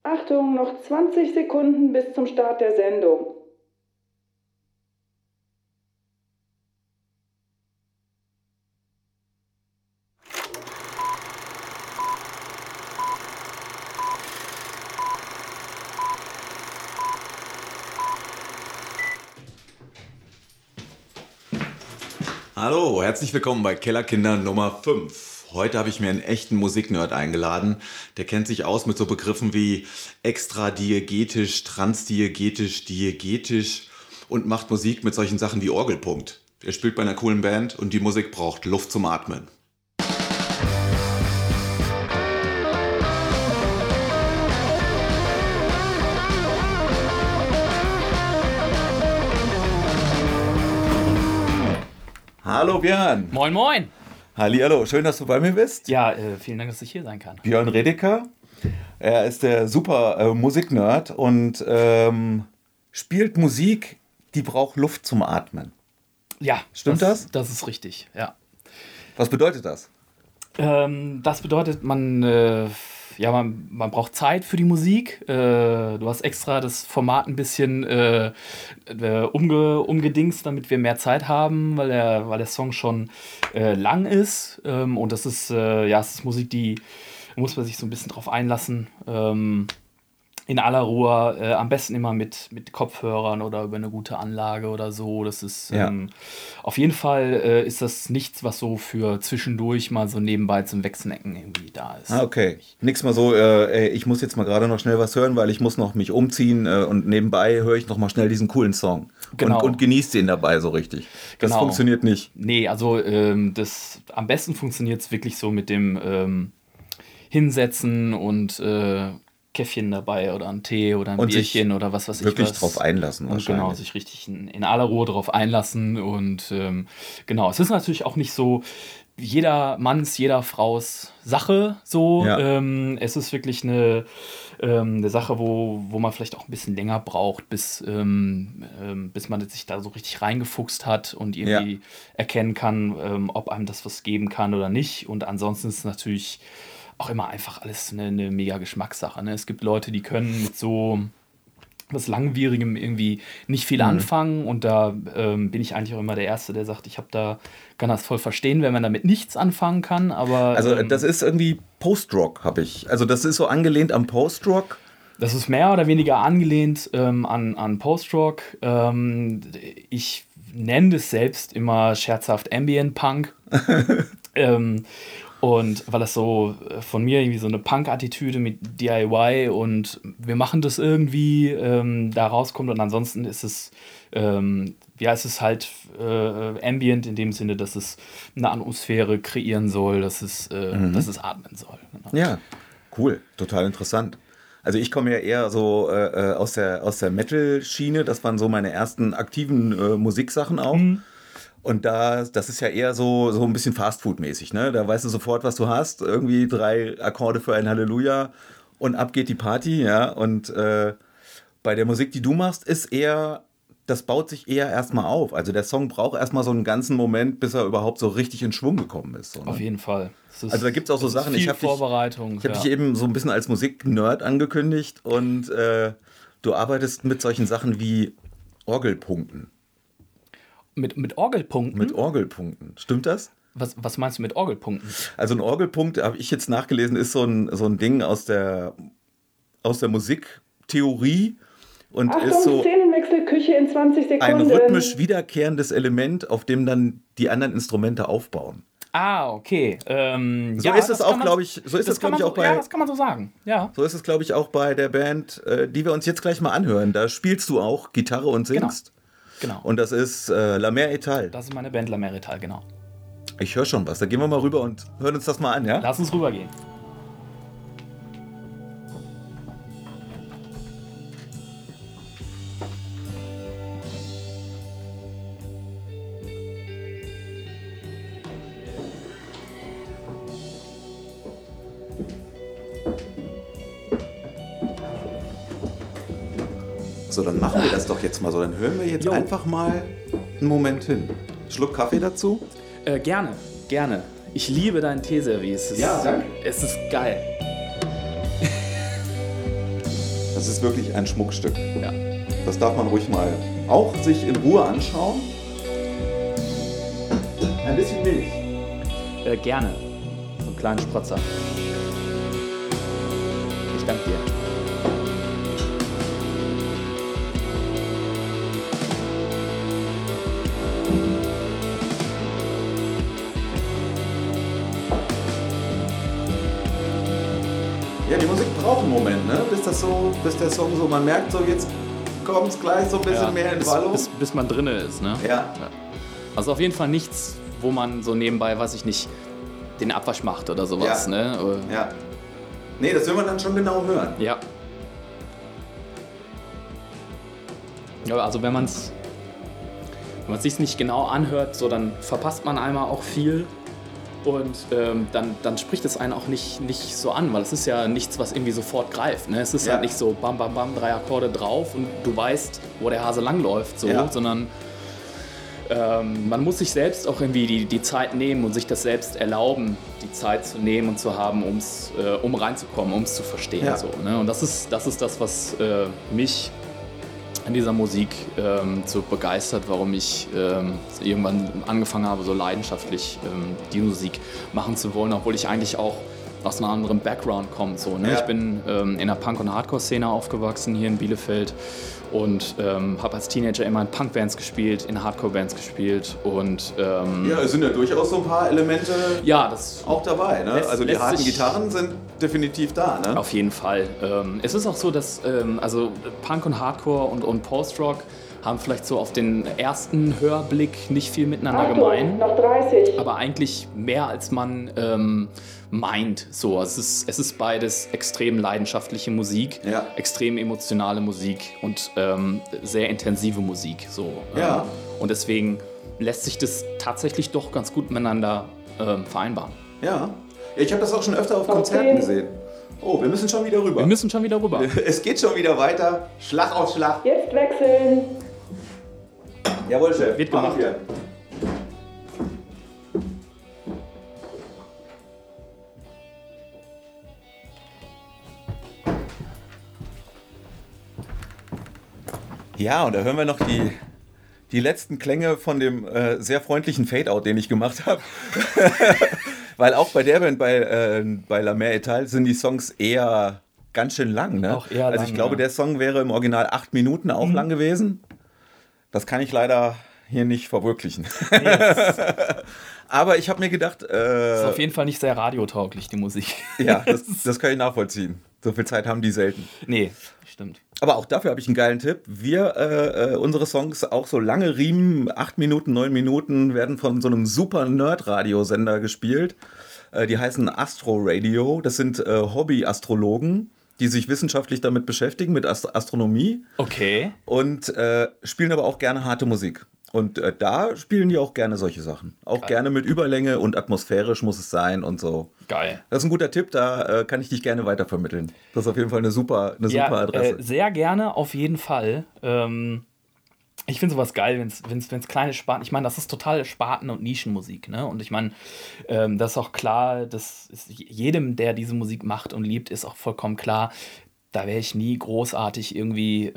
Achtung, noch 20 Sekunden bis zum Start der Sendung. Hallo, herzlich willkommen bei Kellerkinder Nummer 5. Heute habe ich mir einen echten Musiknerd eingeladen. Der kennt sich aus mit so Begriffen wie extradiegetisch, transdiegetisch, diegetisch und macht Musik mit solchen Sachen wie Orgelpunkt. Er spielt bei einer coolen Band und die Musik braucht Luft zum Atmen. Hallo Björn. Moin moin. Hallihallo, schön, dass du bei mir bist. Ja, vielen Dank, dass ich hier sein kann. Björn Redeker, er ist der super Musiknerd und spielt Musik, die braucht Luft zum Atmen. Ja, stimmt das? Das ist richtig, ja. Was bedeutet das? Das bedeutet, man braucht Zeit für die Musik. Du hast extra das Format ein bisschen umgedingst, damit wir mehr Zeit haben, weil der Song schon lang ist. Und das ist, es ist Musik, die muss man sich so ein bisschen drauf einlassen. In aller Ruhe, am besten immer mit Kopfhörern oder über eine gute Anlage oder so. Das ist auf jeden Fall ist das nichts, was so für zwischendurch mal so nebenbei zum Wegsnacken irgendwie da ist. Ah, okay. Nix mal so, ich muss jetzt mal gerade noch schnell was hören, weil ich muss noch mich umziehen und nebenbei höre ich noch mal schnell diesen coolen Song. Genau. Und genießt den dabei so richtig. Das funktioniert nicht. Nee, also am besten funktioniert es wirklich so mit dem Hinsetzen und Käffchen dabei oder ein Tee oder ein Bierchen oder was weiß ich was. Wirklich drauf einlassen. Und genau, sich richtig in aller Ruhe drauf einlassen. Und es ist natürlich auch nicht so jeder Manns, jeder Fraus Sache so. Ja. Es ist wirklich eine Sache, wo man vielleicht auch ein bisschen länger braucht, bis man sich da so richtig reingefuchst hat und irgendwie erkennen kann, ob einem das was geben kann oder nicht. Und ansonsten ist es natürlich auch immer einfach alles eine mega Geschmackssache. Ne? Es gibt Leute, die können mit so was Langwierigem irgendwie nicht viel anfangen und da bin ich eigentlich auch immer der Erste, der sagt, kann das voll verstehen, wenn man damit nichts anfangen kann, aber... Also das ist irgendwie Post-Rock, habe ich. Also das ist so angelehnt am Post-Rock. Das ist mehr oder weniger angelehnt an Post-Rock. Ich nenne das selbst immer scherzhaft Ambient Punk. Und weil das so von mir irgendwie so eine Punk-Attitüde mit DIY und wir machen das irgendwie da rauskommt und ansonsten ist es halt Ambient in dem Sinne, dass es eine Atmosphäre kreieren soll, dass es atmen soll. Genau. Ja, cool, total interessant. Also ich komme ja eher so aus der Metal-Schiene, das waren so meine ersten aktiven Musiksachen auch. Und das ist ja eher so ein bisschen Fastfood-mäßig, ne? Da weißt du sofort, was du hast. Irgendwie 3 Akkorde für ein Halleluja und ab geht die Party, ja. Und bei der Musik, die du machst, das baut sich eher erstmal auf. Also der Song braucht erstmal so einen ganzen Moment, bis er überhaupt so richtig in Schwung gekommen ist. So, ne? Auf jeden Fall. Also da gibt es auch so Sachen, ich habe dich eben so ein bisschen als Musiknerd angekündigt und du arbeitest mit solchen Sachen wie Orgelpunkten. Mit Orgelpunkten? Mit Orgelpunkten. Stimmt das? Was meinst du mit Orgelpunkten? Also ein Orgelpunkt, habe ich jetzt nachgelesen, ist so ein Ding aus der Musiktheorie und Achtung, ist so Szenenwechsel, Küche in 20 Sekunden. Ein rhythmisch wiederkehrendes Element, auf dem dann die anderen Instrumente aufbauen. Ah, okay. So ist es auch, glaube ich, auch bei... Ja, das kann man so sagen, ja. So ist es, glaube ich, auch bei der Band, die wir uns jetzt gleich mal anhören. Da spielst du auch Gitarre und singst. Genau. Und das ist La Mer Etal. Das ist meine Band La Mer Etal, genau. Ich höre schon was. Da gehen wir mal rüber und hören uns das mal an, ja? Lass uns rübergehen. So, dann machen wir das doch jetzt mal so. Dann hören wir jetzt einfach mal einen Moment hin. Schluck Kaffee dazu? Gerne. Ich liebe dein Teeservice. Ja, danke. Es ist geil. Das ist wirklich ein Schmuckstück. Ja. Das darf man ruhig mal auch sich in Ruhe anschauen. Ein bisschen Milch. Gerne. So einen kleinen Spritzer. Ich danke dir. Ja, die Musik braucht einen Moment, ne? Bis der Song so, man merkt so, jetzt kommt es gleich so ein bisschen mehr in Wallung. Bis man drinne ist, ne? Ja. Also auf jeden Fall nichts, wo man so nebenbei, weiß ich nicht, den Abwasch macht oder sowas, ne? Ja. Nee, das will man dann schon genau hören. Ja. Ja, also wenn man es sich nicht genau anhört, so dann verpasst man einmal auch viel. Und dann spricht es einen auch nicht so an, weil es ist ja nichts, was irgendwie sofort greift. Ne? Es ist halt nicht so bam, bam, bam, 3 Akkorde drauf und du weißt, wo der Hase langläuft, so, sondern man muss sich selbst auch irgendwie die Zeit nehmen und sich das selbst erlauben, die Zeit zu nehmen und zu haben, um reinzukommen, um es zu verstehen. Ja. So, ne? Und das ist das, was mich an dieser Musik so begeistert, warum ich irgendwann angefangen habe, so leidenschaftlich die Musik machen zu wollen, obwohl ich eigentlich auch aus einem anderen Background komme. So, ne? Ich bin in der Punk- und Hardcore-Szene aufgewachsen hier in Bielefeld und habe als Teenager immer in Punk-Bands gespielt, in Hardcore-Bands gespielt und ja, es sind ja durchaus so ein paar Elemente das auch dabei, ne? Also die harten Gitarren sind definitiv da, ne? Auf jeden Fall. Es ist auch so, dass also Punk und Hardcore und Post-Rock haben vielleicht so auf den ersten Hörblick nicht viel miteinander gemein. Noch 30. Aber eigentlich mehr als man meint. So, es ist beides extrem leidenschaftliche Musik, extrem emotionale Musik und sehr intensive Musik. So, und deswegen lässt sich das tatsächlich doch ganz gut miteinander vereinbaren. Ja, ich habe das auch schon öfter auf Konzerten gesehen. Oh, wir müssen schon wieder rüber. Es geht schon wieder weiter. Schlag auf Schlag. Jetzt wechseln. Jawohl, Chef. Wird gemacht. Wir. Ja, und da hören wir noch die letzten Klänge von dem sehr freundlichen Fade-Out, den ich gemacht habe. Weil auch bei der Band, bei La Mer Etal, sind die Songs eher ganz schön lang. Ne? Auch eher also ich glaube, der Song wäre im Original 8 Minuten auch lang gewesen. Das kann ich leider hier nicht verwirklichen. Aber ich habe mir gedacht... ist auf jeden Fall nicht sehr radiotauglich, die Musik. Ja, das kann ich nachvollziehen. So viel Zeit haben die selten. Nee, stimmt. Aber auch dafür habe ich einen geilen Tipp. Unsere Songs, auch so lange Riemen, 8 Minuten, 9 Minuten, werden von so einem super Nerd-Radiosender gespielt. Die heißen Astro Radio. Das sind Hobby-Astrologen, die sich wissenschaftlich damit beschäftigen, mit Astronomie. Okay. Und spielen aber auch gerne harte Musik. Und da spielen die auch gerne solche Sachen. Auch gerne mit Überlänge und atmosphärisch muss es sein und so. Geil. Das ist ein guter Tipp, da kann ich dich gerne weitervermitteln. Das ist auf jeden Fall eine super Adresse. Sehr gerne, auf jeden Fall. Ich finde sowas geil, wenn's kleine Sparten, ich meine, das ist total Sparten- und Nischenmusik, ne? Und ich meine, das ist auch klar, das ist jedem, der diese Musik macht und liebt, ist auch vollkommen klar, da wäre ich nie großartig irgendwie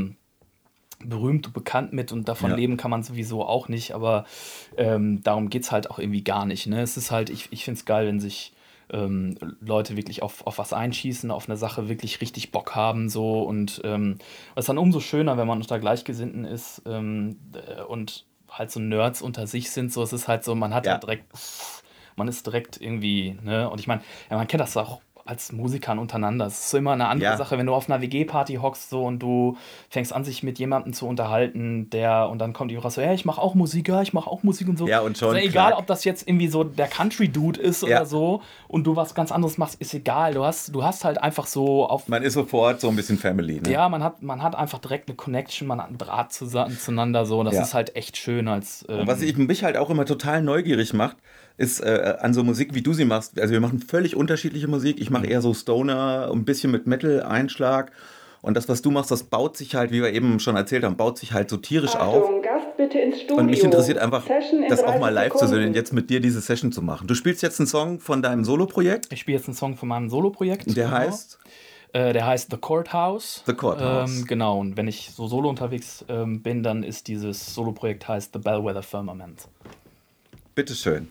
berühmt und bekannt mit und davon leben kann man sowieso auch nicht, aber darum geht es halt auch irgendwie gar nicht, ne? Es ist halt, ich finde es geil, wenn sich Leute wirklich auf was einschießen, auf eine Sache wirklich richtig Bock haben, so, und es ist dann umso schöner, wenn man unter Gleichgesinnten ist und halt so Nerds unter sich sind, so, es ist halt so, man hat halt direkt, man ist direkt irgendwie, ne, und ich meine, man kennt das auch als Musikern untereinander. Es ist so immer eine andere Sache, wenn du auf einer WG-Party hockst so und du fängst an, sich mit jemandem zu unterhalten, und dann kommt die raus so, ich mache auch Musik und so. Ja, und schon. Also egal, ob das jetzt irgendwie so der Country-Dude ist oder so und du was ganz anderes machst, ist egal. Du hast halt einfach so auf... Man ist sofort so ein bisschen Family, ne? Ja, man hat einfach direkt eine Connection, man hat einen Draht zueinander, so. Und das ist halt echt schön als... Und was mich halt auch immer total neugierig macht, ist an so Musik, wie du sie machst. Also wir machen völlig unterschiedliche Musik. Ich mache eher so Stoner, ein bisschen mit Metal-Einschlag. Und das, was du machst, das baut sich halt, wie wir eben schon erzählt haben, baut sich halt so tierisch auf. Gast bitte ins Studio. Und mich interessiert einfach, das auch mal live zu Sekunden. sehen, jetzt mit dir diese Session zu machen. Du spielst jetzt einen Song von deinem Solo-Projekt. Ich spiele jetzt einen Song von meinem Solo-Projekt. Der heißt? Der heißt The Courthouse. The Courthouse. Genau, und wenn ich so solo unterwegs bin, dann ist dieses Solo-Projekt heißt The Bellwether Firmament. Bitteschön.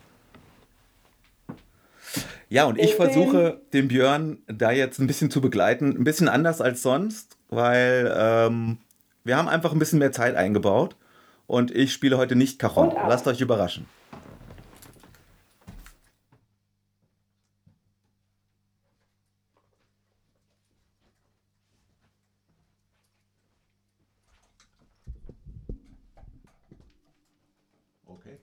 Ja, und ich versuche den Björn da jetzt ein bisschen zu begleiten, ein bisschen anders als sonst, weil wir haben einfach ein bisschen mehr Zeit eingebaut und ich spiele heute nicht Cajon. Lasst euch überraschen. Okay.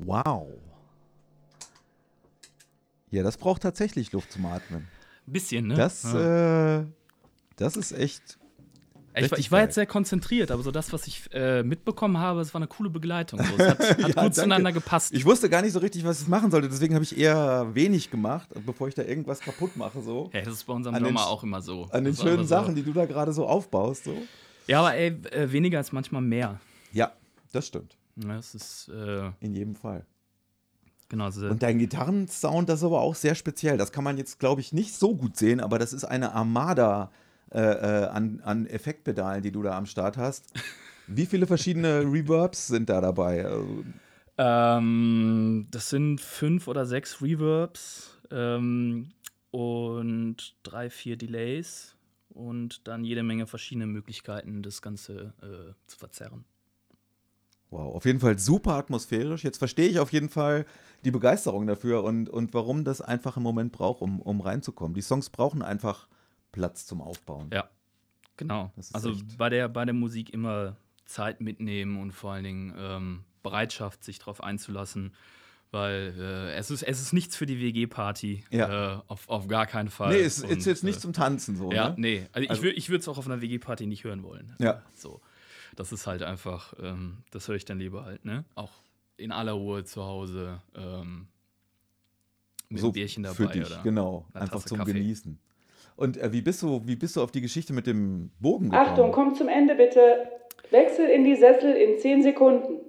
Wow. Ja, das braucht tatsächlich Luft zum Atmen. Ein bisschen, ne? Das ist echt. Ich war jetzt sehr konzentriert, aber so das, was ich mitbekommen habe, es war eine coole Begleitung. So. Es hat Ja, gut zueinander gepasst. Ich wusste gar nicht so richtig, was ich machen sollte, deswegen habe ich eher wenig gemacht, bevor ich da irgendwas kaputt mache. So. Ja, das ist bei unserem Drummer auch immer so. An den schönen Sachen, die du da gerade so aufbaust. So. Ja, aber weniger ist manchmal mehr. Ja, das stimmt. Ja, das ist in jedem Fall. Genau. Also und dein Gitarrensound, das ist aber auch sehr speziell. Das kann man jetzt, glaube ich, nicht so gut sehen, aber das ist eine Armada an Effektpedalen, die du da am Start hast. Wie viele verschiedene Reverbs sind da dabei? Das sind 5 oder 6 Reverbs und 3, 4 Delays und dann jede Menge verschiedene Möglichkeiten, das Ganze zu verzerren. Wow, auf jeden Fall super atmosphärisch. Jetzt verstehe ich auf jeden Fall die Begeisterung dafür und warum das einfach im Moment braucht, um reinzukommen. Die Songs brauchen einfach Platz zum Aufbauen. Ja, genau. Also bei der Musik immer Zeit mitnehmen und vor allen Dingen Bereitschaft, sich darauf einzulassen, weil es ist nichts für die WG-Party, auf gar keinen Fall. Nee, es ist jetzt nicht zum Tanzen so. Ja, ne? Nee. Also ich würde es auch auf einer WG-Party nicht hören wollen. Ja. So. Das ist halt einfach, das höre ich dann lieber halt, ne? Auch in aller Ruhe zu Hause mit einem Bierchen dabei. Für dich, oder genau. Einfach Tasse zum Kaffee. Genießen. Und wie bist du auf die Geschichte mit dem Bogen gekommen? Achtung, komm zum Ende bitte. Wechsel in die Sessel in 10 Sekunden.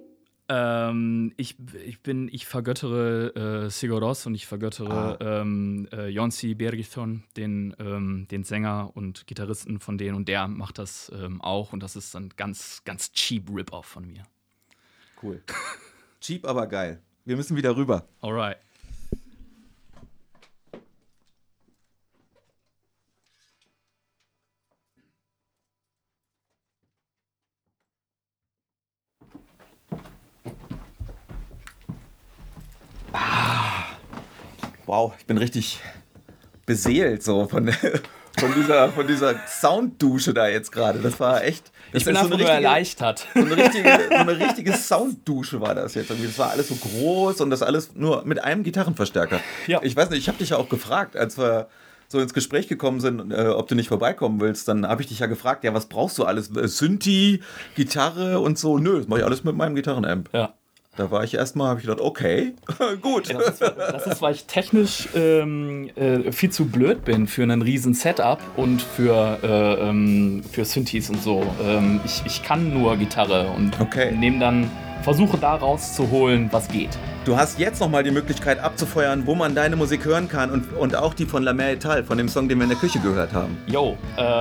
Ich vergöttere Sigur Rós und ich vergöttere Jónsi Birgisson, den Sänger und Gitarristen von denen, und der macht das auch, und das ist ein ganz, ganz cheap Rip-Off von mir. Cool. Cheap, aber geil. Wir müssen wieder rüber. Alright. Wow, ich bin richtig beseelt so von dieser Sounddusche da jetzt gerade. Das war echt. Ich bin einfach nur erleichtert. So eine richtige Sounddusche war das jetzt. Das war alles so groß und das alles nur mit einem Gitarrenverstärker. Ja. Ich weiß nicht, ich habe dich ja auch gefragt, als wir so ins Gespräch gekommen sind, ob du nicht vorbeikommen willst, dann habe ich dich ja gefragt, ja, was brauchst du alles? Synthi, Gitarre und so. Nö, das mache ich alles mit meinem Gitarrenamp. Ja. Da war ich erstmal, habe ich gedacht, okay, gut. Ja, das ist, weil ich technisch viel zu blöd bin für einen riesen Setup und für Synthes und so. Ich kann nur Gitarre und versuche da rauszuholen, was geht. Du hast jetzt nochmal die Möglichkeit abzufeuern, wo man deine Musik hören kann und auch die von La Mer Etal, von dem Song, den wir in der Küche gehört haben. Jo,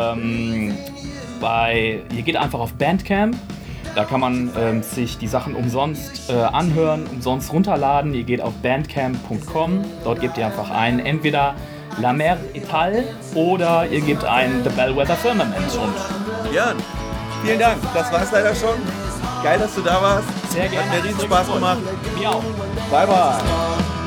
ihr geht einfach auf Bandcamp. Da kann man sich die Sachen umsonst anhören, umsonst runterladen. Ihr geht auf bandcamp.com. Dort gebt ihr einfach ein, entweder La Mer Etal oder ihr gebt ein The Bellwether Firmament. Und Björn, vielen Dank. Das war's leider schon. Geil, dass du da warst. Sehr gerne. Hat mir riesen Spaß gemacht. Mir auch. Bye, bye.